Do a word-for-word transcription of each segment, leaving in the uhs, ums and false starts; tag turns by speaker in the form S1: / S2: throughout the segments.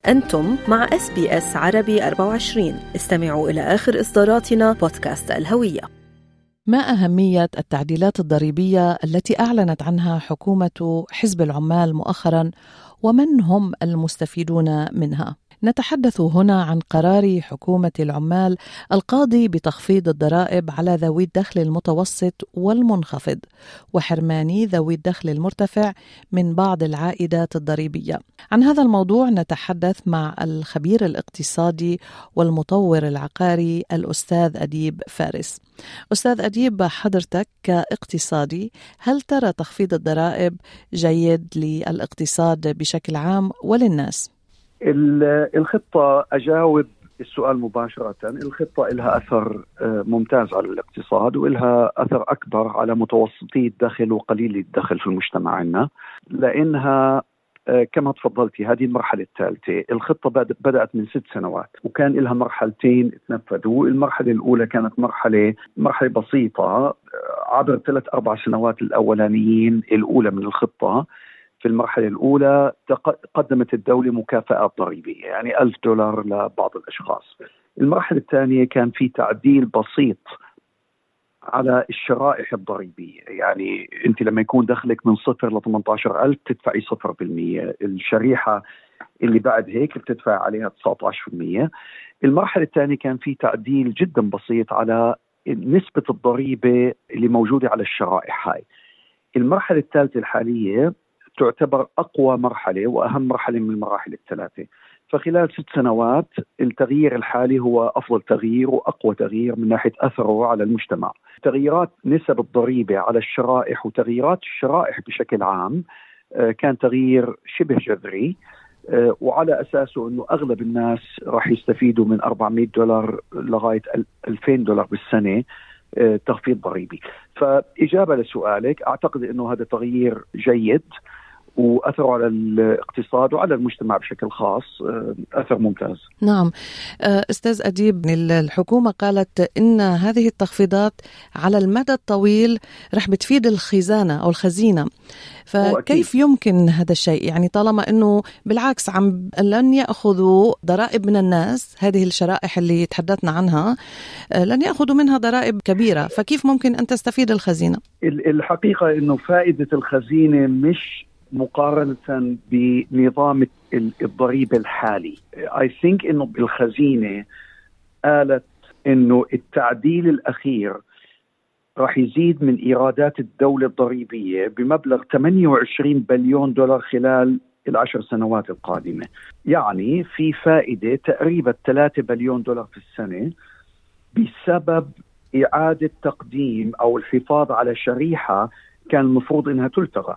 S1: أنتم مع إس بي إس عربي أربعة وعشرين. استمعوا إلى آخر إصداراتنا بودكاست الهوية.
S2: ما أهمية التعديلات الضريبية التي أعلنت عنها حكومة حزب العمال مؤخرا، ومن هم المستفيدون منها؟ نتحدث هنا عن قرار حكومة العمال القاضي بتخفيض الضرائب على ذوي الدخل المتوسط والمنخفض، وحرمان ذوي الدخل المرتفع من بعض العائدات الضريبية. عن هذا الموضوع نتحدث مع الخبير الاقتصادي والمطور العقاري الأستاذ أديب فارس. أستاذ أديب، حضرتك كاقتصادي، هل ترى تخفيض الضرائب جيد للاقتصاد بشكل عام وللناس؟
S3: الخطة أجاوب السؤال مباشرة. الخطة لها أثر ممتاز على الاقتصاد، وإلها أثر أكبر على متوسطي الدخل وقليل الدخل في المجتمع عنا، لأنها كما تفضلتي هذه المرحلة الثالثة. الخطة بدأت من ست سنوات وكان لها مرحلتين تنفذوا. المرحلة الأولى كانت مرحلة مرحلة بسيطة عبر ثلاث أربع سنوات الأولانيين الأولى من الخطة. في المرحلة الأولى قدمت الدولة مكافآت ضريبية، يعني ألف دولار لبعض الأشخاص. المرحلة الثانية كان في تعديل بسيط على الشرائح الضريبية، يعني أنت لما يكون دخلك من صفر ل ثمانية عشر ألف تدفعي صفر بالمية، الشريحة اللي بعد هيك بتدفع عليها تسعة عشر بالمية. المرحلة الثانية كان في تعديل جدا بسيط على نسبة الضريبة اللي موجودة على الشرائح هاي. المرحلة الثالثة الحالية تعتبر أقوى مرحلة وأهم مرحلة من المراحل الثلاثة. فخلال ست سنوات التغيير الحالي هو أفضل تغيير وأقوى تغيير من ناحية أثره على المجتمع. تغييرات نسب الضريبة على الشرائح وتغييرات الشرائح بشكل عام كان تغيير شبه جذري، وعلى أساسه أنه أغلب الناس راح يستفيدوا من أربعمائة دولار لغاية ألفين دولار بالسنة تخفيض ضريبي. فإجابة لسؤالك، أعتقد أنه هذا تغيير جيد وأثره على الاقتصاد وعلى المجتمع بشكل خاص أثر ممتاز.
S2: نعم أستاذ أديب، الحكومة قالت إن هذه التخفيضات على المدى الطويل رح بتفيد الخزانة أو الخزينة، فكيف يمكن هذا الشيء؟ يعني طالما أنه بالعكس عم لن يأخذوا ضرائب من الناس، هذه الشرائح اللي تحدثنا عنها لن يأخذوا منها ضرائب كبيرة، فكيف ممكن أن تستفيد الخزينة؟
S3: الحقيقة أنه فائدة الخزينة مش مقارنة بنظام الضريبة الحالي. I think إنه الخزينة قالت إنه التعديل الأخير راح يزيد من إيرادات الدولة الضريبية بمبلغ ثمانية وعشرين بليون دولار خلال العشر سنوات القادمة. يعني في فائدة تقريبا ثلاثة بليون دولار في السنة بسبب إعادة تقديم أو الحفاظ على شريحة كان المفروض إنها تلتغى.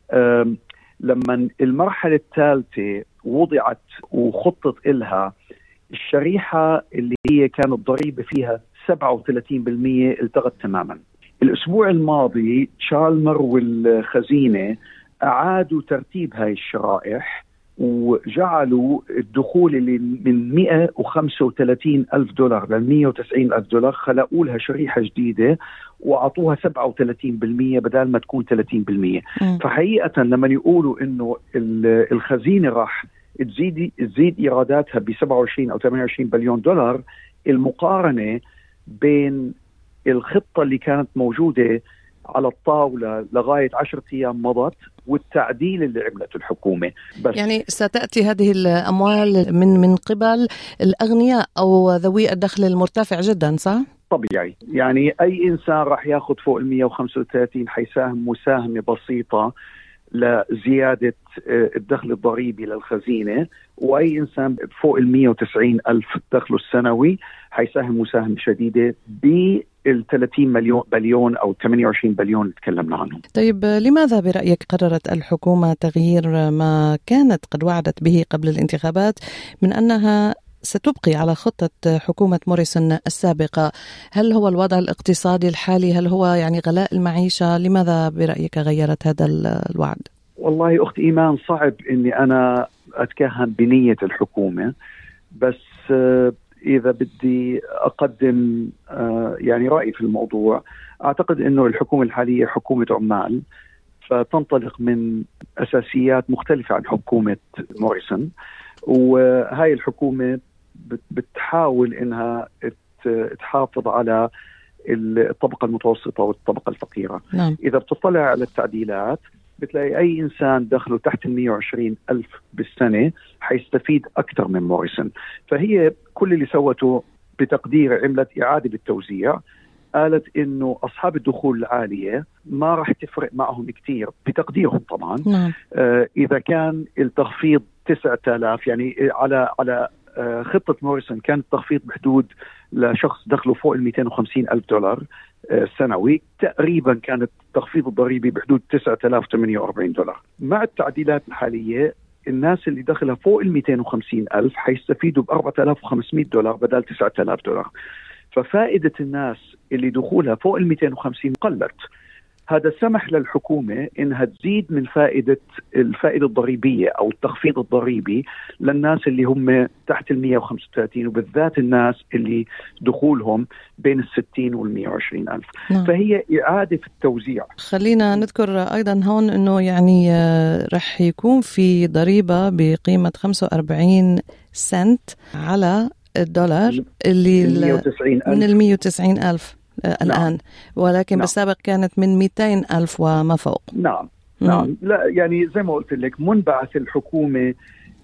S3: لما المرحلة الثالثة وضعت وخطط إلها، الشريحة اللي هي كانت ضريبة فيها سبعة وثلاثين بالمية التغت تماما. الأسبوع الماضي تشالمر والخزينة أعادوا ترتيب هاي الشرائح وجعلوا الدخول اللي من مئة وخمسة وثلاثين ألف دولار ل مئة وتسعين ألف دولار خلقوا لها شريحة جديدة وأعطوها سبعة وثلاثين بالمية بدل ما تكون ثلاثين بالمية. فحقيقة لما يقولوا إنه الخزينة راح تزيد تزيد إيراداتها ب سبعة وعشرين أو ثمانية وعشرين بليون دولار، المقارنة بين الخطة اللي كانت موجودة على الطاولة لغاية عشرة أيام مضت والتعديل اللي عملته الحكومة. بس
S2: يعني ستأتي هذه الأموال من من قبل الأغنياء أو ذوي الدخل المرتفع جدا، صح؟
S3: طبيعي، يعني أي إنسان راح ياخد فوق المية وخمسة وثلاثين حيساهم مساهمة بسيطة لزيادة الدخل الضريبي للخزينة، وأي إنسان فوق المية وتسعين ألف دخله السنوي حيساهم مساهمة شديدة بالثلاثين مليون بليون أو ثمانية وعشرين بليون اللي تكلمنا عنهم.
S2: طيب لماذا برأيك قررت الحكومة تغيير ما كانت قد وعدت به قبل الانتخابات من أنها ستبقي على خطة حكومة موريسون السابقة؟ هل هو الوضع الاقتصادي الحالي؟ هل هو يعني غلاء المعيشة؟ لماذا برأيك غيرت هذا الوعد؟
S3: والله أخت إيمان، صعب أني أنا أتكهن بنية الحكومة، بس إذا بدي أقدم يعني رأيي في الموضوع، أعتقد أنه الحكومة الحالية حكومة عمال، فتنطلق من أساسيات مختلفة عن حكومة موريسون. وهاي الحكومة بتحاول إنها تحافظ على الطبقة المتوسطة والطبقة الفقيرة.
S2: نعم.
S3: إذا بتطلع على التعديلات بتلاقي أي إنسان دخله تحت المية وعشرين ألف بالسنة حيستفيد أكثر من موريسون. فهي كل اللي سوته بتقدير عملت إعادة بالتوزيع، قالت إنه أصحاب الدخول العالية ما راح تفرق معهم كتير بتقديرهم طبعا.
S2: نعم.
S3: آه إذا كان التخفيض تسعة آلاف، يعني على على آه خطة موريسون كان التخفيض بحدود لشخص دخله فوق المئتين وخمسين ألف دولار آه سنوي، تقريبا كانت التخفيض الضريبي بحدود تسعة آلاف وثمانية وأربعين دولار. مع التعديلات الحالية الناس اللي دخلها فوق المئتين وخمسين ألف حيستفيدوا بأربعة آلاف وخمسمائة دولار بدل تسعة آلاف دولار. ففائدة الناس اللي دخولها فوق المئتين وخمسين قلت. هذا سمح للحكومة إنها تزيد من فائدة الفائدة الضريبية أو التخفيض الضريبي للناس اللي هم تحت المئة وخمسة وثلاثين، وبالذات الناس اللي دخولهم بين الستين والمئة وعشرين ألف.
S2: نعم.
S3: فهي إعادة في التوزيع.
S2: خلينا نذكر أيضا هون أنه يعني رح يكون في ضريبة بقيمة خمسة وأربعين سنت على الدولار اللي من المية وتسعين ألف الآن. نعم. ولكن نعم. بالسابق كانت من مئتين ألف وما فوق.
S3: نعم. نعم. لا يعني زي ما قلت لك منبعث الحكومة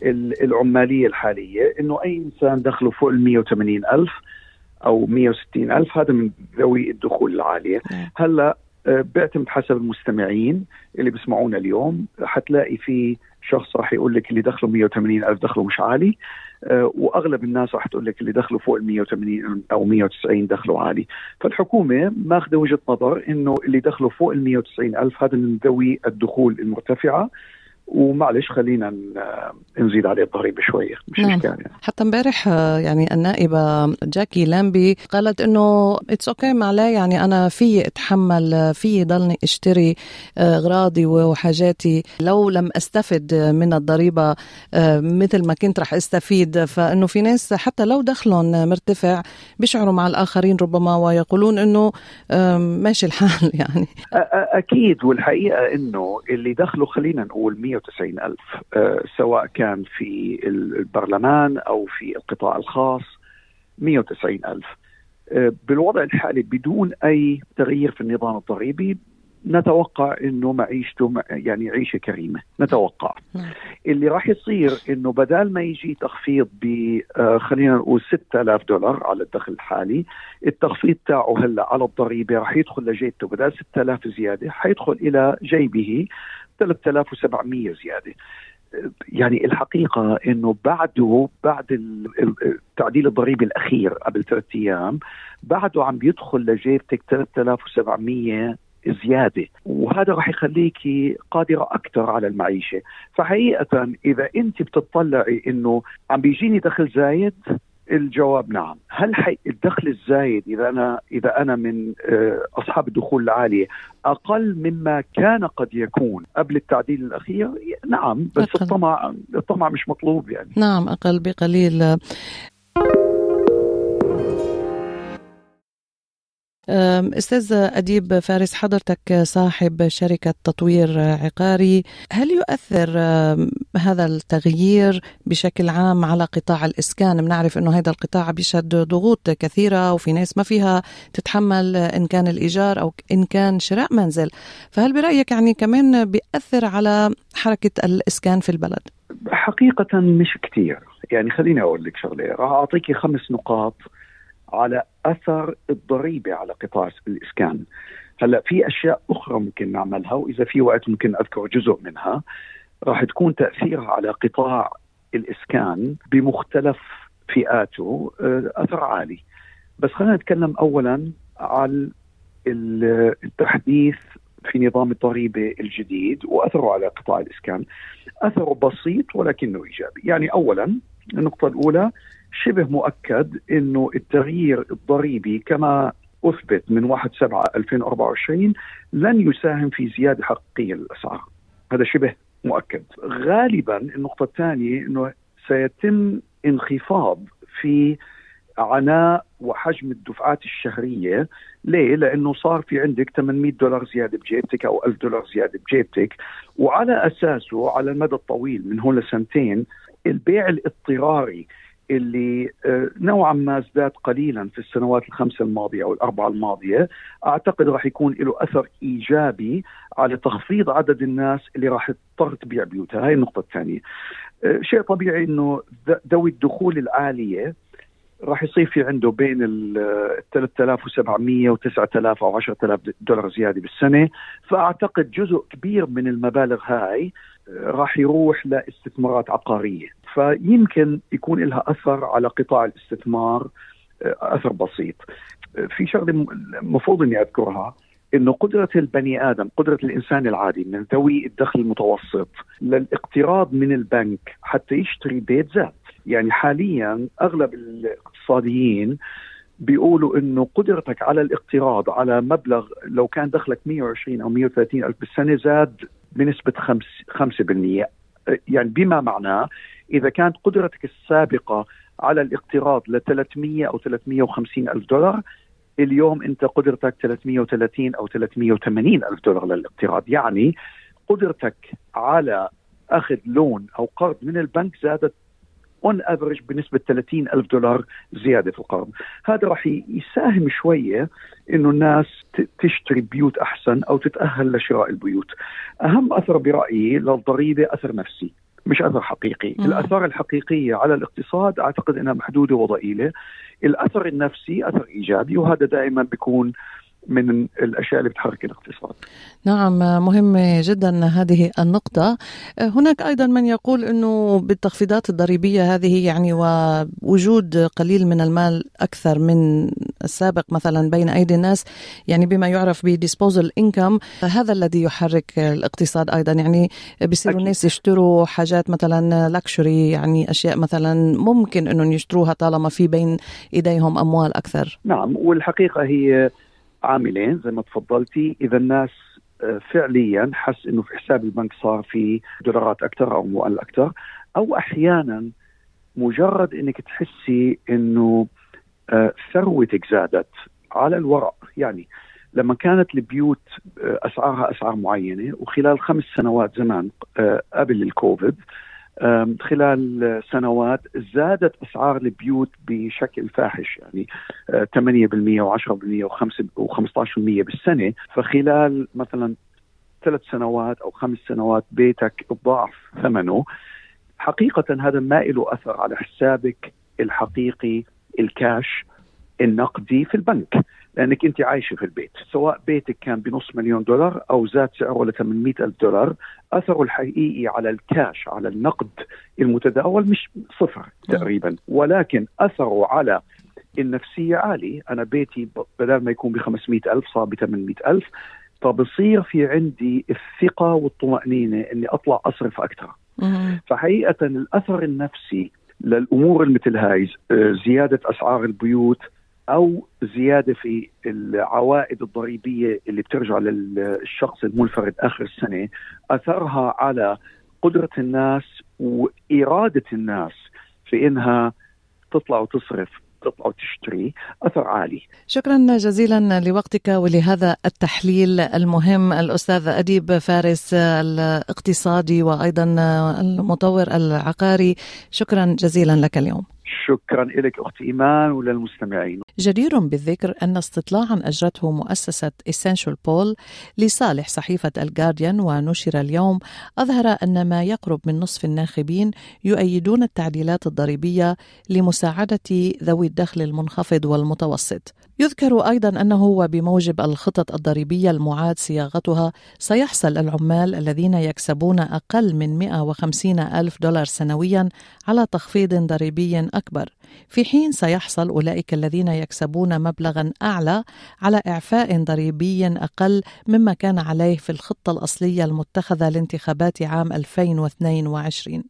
S3: العمالية الحالية إنه أي إنسان دخله فوق المية وثمانين ألف أو مية وستين ألف هذا من ذوي الدخول العالية. نعم. هلأ بيعتمد حسب المستمعين اللي بيسمعونا اليوم، حتلاقي في شخص راح يقول لك اللي دخله مية وثمانين ألف دخله مش عالي، أه وأغلب الناس راح تقول لك اللي دخله فوق مية وثمانين أو مية وتسعين دخله عالي. فالحكومة ماخذة وجهة نظر إنه اللي دخله فوق مية وتسعين ألف هذا من ذوي الدخول المرتفعة، ومعلش خلينا نزيد عليه الضريبة شوية مش
S2: نعم.
S3: مشكلة يعني.
S2: حتى امبارح يعني النائبة جاكي لامبي قالت إنه it's okay معلي، يعني أنا في أتحمل في ضلني اشتري أغراضي وحاجاتي لو لم أستفد من الضريبة مثل ما كنت رح أستفيد. فإنه في ناس حتى لو دخلهم مرتفع بيشعروا مع الآخرين ربما ويقولون إنه ماشي الحال يعني.
S3: أكيد. والحقيقة إنه اللي دخلوا خلينا نقول مية وتسعين ألف أه سواء كان في البرلمان أو في القطاع الخاص مية وتسعين ألف أه بالوضع الحالي بدون أي تغيير في النظام الضريبي نتوقع إنه معيشته يعني عيشة كريمة. نتوقع اللي راح يصير إنه بدل ما يجي تخفيض ب أه خلينا نقول ستة آلاف دولار على الدخل الحالي، التخفيض تاعه هلا على الضريبة راح يدخل لجيبته بدل ستة آلاف زيادة حيدخل إلى جيبه ثلاثة آلاف وسبعمائة زيادة. يعني الحقيقة إنه بعده بعد التعديل الضريبي الأخير قبل ثلاثة أيام بعده عم بيدخل لجيبتك ثلاثة آلاف وسبعمائة زيادة، وهذا راح يخليكي قادرة أكثر على المعيشة. فحقيقة إذا أنت بتطلعي إنه عم بيجيني دخل زايد، الجواب نعم. هل حي الدخل الزايد إذا أنا إذا أنا من أصحاب الدخول العالية أقل مما كان قد يكون قبل التعديل الأخير؟ نعم، بس أقل. الطمع الطمع مش مطلوب يعني.
S2: نعم، أقل بقليل. أستاذ أديب فارس، حضرتك صاحب شركة تطوير عقاري، هل يؤثر هذا التغيير بشكل عام على قطاع الإسكان؟ بنعرف أنه هذا القطاع بيشهد ضغوط كثيرة وفي ناس ما فيها تتحمل إن كان الإيجار أو إن كان شراء منزل، فهل برأيك يعني كمان بيأثر على حركة الإسكان في البلد؟
S3: حقيقة مش كتير. يعني خليني أقول لك شغلة، راح أعطيكي خمس نقاط على أثر الضريبة على قطاع الإسكان. هلأ في أشياء أخرى ممكن نعملها، وإذا في وقت ممكن أذكر جزء منها راح تكون تأثيرها على قطاع الإسكان بمختلف فئاته أثر عالي. بس خلينا نتكلم أولا على التحديث في نظام الضريبة الجديد وأثره على قطاع الإسكان. أثره بسيط ولكنه إيجابي. يعني أولا النقطة الأولى شبه مؤكد إنه التغيير الضريبي كما أثبت من واحد سبعة ألفين وأربعة وعشرين لن يساهم في زيادة حقيقية للأسعار. هذا شبه مؤكد. غالبا النقطة الثانية إنه سيتم انخفاض في عناء وحجم الدفعات الشهرية. ليه؟ لأنه صار في عندك ثمانمائة دولار زيادة بجيبتك أو ألف دولار زيادة بجيبتك، وعلى أساسه على المدى الطويل من هون لسنتين البيع الاضطراري اللي نوعا ما ازداد قليلا في السنوات الخمسة الماضية أو الأربعة الماضية، أعتقد راح يكون له أثر إيجابي على تخفيض عدد الناس اللي راح تضطر تبيع بيوتها. هاي النقطة الثانية. شيء طبيعي إنه ذوي الدخول العالية راح يصير في عنده بين ال ثلاثة آلاف وسبعمية و تسعة آلاف أو عشرة آلاف دولار زيادة بالسنة، فأعتقد جزء كبير من المبالغ هاي راح يروح لاستثمارات عقارية، فيمكن يكون لها أثر على قطاع الاستثمار أثر بسيط. في شغلة مفروض أني أذكرها، إنه قدرة البني آدم، قدرة الإنسان العادي من ذوي الدخل المتوسط للاقتراض من البنك حتى يشتري بيت زاد. يعني حاليا أغلب الاقتصاديين بيقولوا إنه قدرتك على الاقتراض على مبلغ لو كان دخلك مية وعشرين أو مية وثلاثين ألف بالسنة زاد بنسبة خمسة بالمية. يعني بما معناه إذا كانت قدرتك السابقة على الاقتراض ل ثلاثمية أو ثلاثمية وخمسين ألف دولار، اليوم أنت قدرتك ثلاثمية وثلاثين أو ثلاثمية وثمانين ألف دولار للاقتراض. يعني قدرتك على أخذ لون أو قرض من البنك زادت on average بنسبة ثلاثين ألف دولار زيادة في القرض. هذا راح يساهم شوية إنه الناس تشتري بيوت أحسن أو تتأهل لشراء البيوت. أهم أثر برأيي للضريبة أثر نفسي مش أثر حقيقي. مم. الأثار الحقيقية على الاقتصاد أعتقد أنها محدودة وضئيلة. الأثر النفسي أثر إيجابي، وهذا دائما بيكون من الأشياء اللي بتحرك الاقتصاد.
S2: نعم، مهمة جدا هذه النقطة. هناك أيضا من يقول أنه بالتخفيضات الضريبية هذه يعني ووجود قليل من المال أكثر من السابق مثلا بين أيدي الناس، يعني بما يعرف بديسبوزل إنكم، هذا الذي يحرك الاقتصاد أيضا. يعني بيصيروا الناس يشتروا حاجات مثلا لاكشري، يعني أشياء مثلا ممكن أنهم يشتروها طالما في بين إيديهم أموال أكثر.
S3: نعم، والحقيقة هي عاملين زي ما تفضلتي. إذا الناس فعليا حس إنه في حساب البنك صار في دولارات أكثر أو أموال أكثر، أو أحيانا مجرد إنك تحسي إنه ثروتك زادت على الورق. يعني لما كانت البيوت أسعارها أسعار معينة، وخلال خمس سنوات زمان قبل الكوفيد خلال سنوات زادت أسعار البيوت بشكل فاحش، يعني ثمانية بالمية وعشرة بالمية وخمسة عشر بالمية بالسنة. فخلال مثلا ثلاث سنوات أو خمس سنوات بيتك تضاعف ثمنه. حقيقة هذا ما له أثر على حسابك الحقيقي الكاش النقدي في البنك، لأنك أنت عايشة في البيت. سواء بيتك كان بنص مليون دولار أو زاد سعره ل ثمانمية ألف دولار، أثره الحقيقي على الكاش على النقد المتداول مش صفر تقريبا، ولكن أثره على النفسية عالي. أنا بيتي بدل ما يكون بخمسمية ألف صار بثمانمية ألف، فبصير في عندي الثقة والطمأنينة أني أطلع أصرف أكثر. فحقيقة الأثر النفسي للأمور المثل هاي، زيادة أسعار البيوت أو زيادة في العوائد الضريبية اللي بترجع للشخص المنفرد آخر السنة، أثرها على قدرة الناس وإرادة الناس في إنها تطلع وتصرف، تطلع وتشتري، أثر عالي.
S2: شكرا جزيلا لوقتك ولهذا التحليل المهم الأستاذ أديب فارس، الاقتصادي وأيضا المطور العقاري. شكرا جزيلا لك اليوم.
S3: شكرا لك أختي إيمان وللمستمعين.
S2: جدير بالذكر أن استطلاعا أجرته مؤسسة Essential Poll لصالح صحيفة الجارديان ونشر اليوم أظهر أن ما يقرب من نصف الناخبين يؤيدون التعديلات الضريبية لمساعدة ذوي الدخل المنخفض والمتوسط. يذكر أيضا أنه وبموجب الخطط الضريبية المعاد صياغتها سيحصل العمال الذين يكسبون أقل من مئة وخمسين ألف دولار سنويا على تخفيض ضريبي أكبر، في حين سيحصل أولئك الذين يكسبون مبلغا أعلى على إعفاء ضريبي أقل مما كان عليه في الخطة الأصلية المتخذة لانتخابات عام ألفين واثنين وعشرين.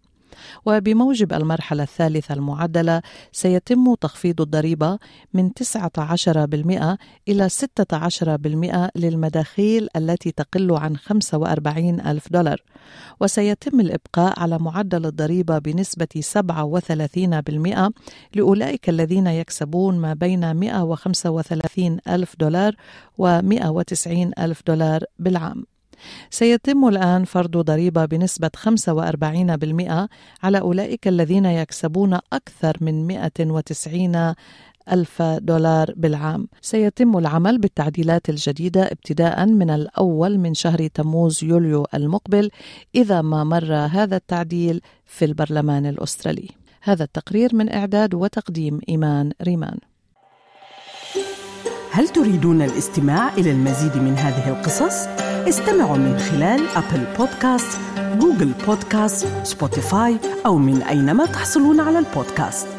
S2: وبموجب المرحلة الثالثة المعدلة سيتم تخفيض الضريبة من تسعة عشر بالمئة إلى ستة عشر بالمئة للمداخيل التي تقل عن خمسة وأربعين ألف دولار، وسيتم الإبقاء على معدل الضريبة بنسبة سبعة وثلاثين بالمئة لأولئك الذين يكسبون ما بين مئة وخمسة وثلاثين ألف دولار و مئة وتسعين ألف دولار بالعام. سيتم الآن فرض ضريبة بنسبة خمسة وأربعين بالمئة على أولئك الذين يكسبون أكثر من مئة وتسعين ألف دولار بالعام. سيتم العمل بالتعديلات الجديدة ابتداء من الأول من شهر تموز يوليو المقبل إذا ما مر هذا التعديل في البرلمان الأسترالي. هذا التقرير من إعداد وتقديم إيمان ريمان.
S4: هل تريدون الاستماع إلى المزيد من هذه القصص؟ استمعوا من خلال أبل بودكاست، جوجل بودكاست، سبوتيفاي أو من أينما تحصلون على البودكاست.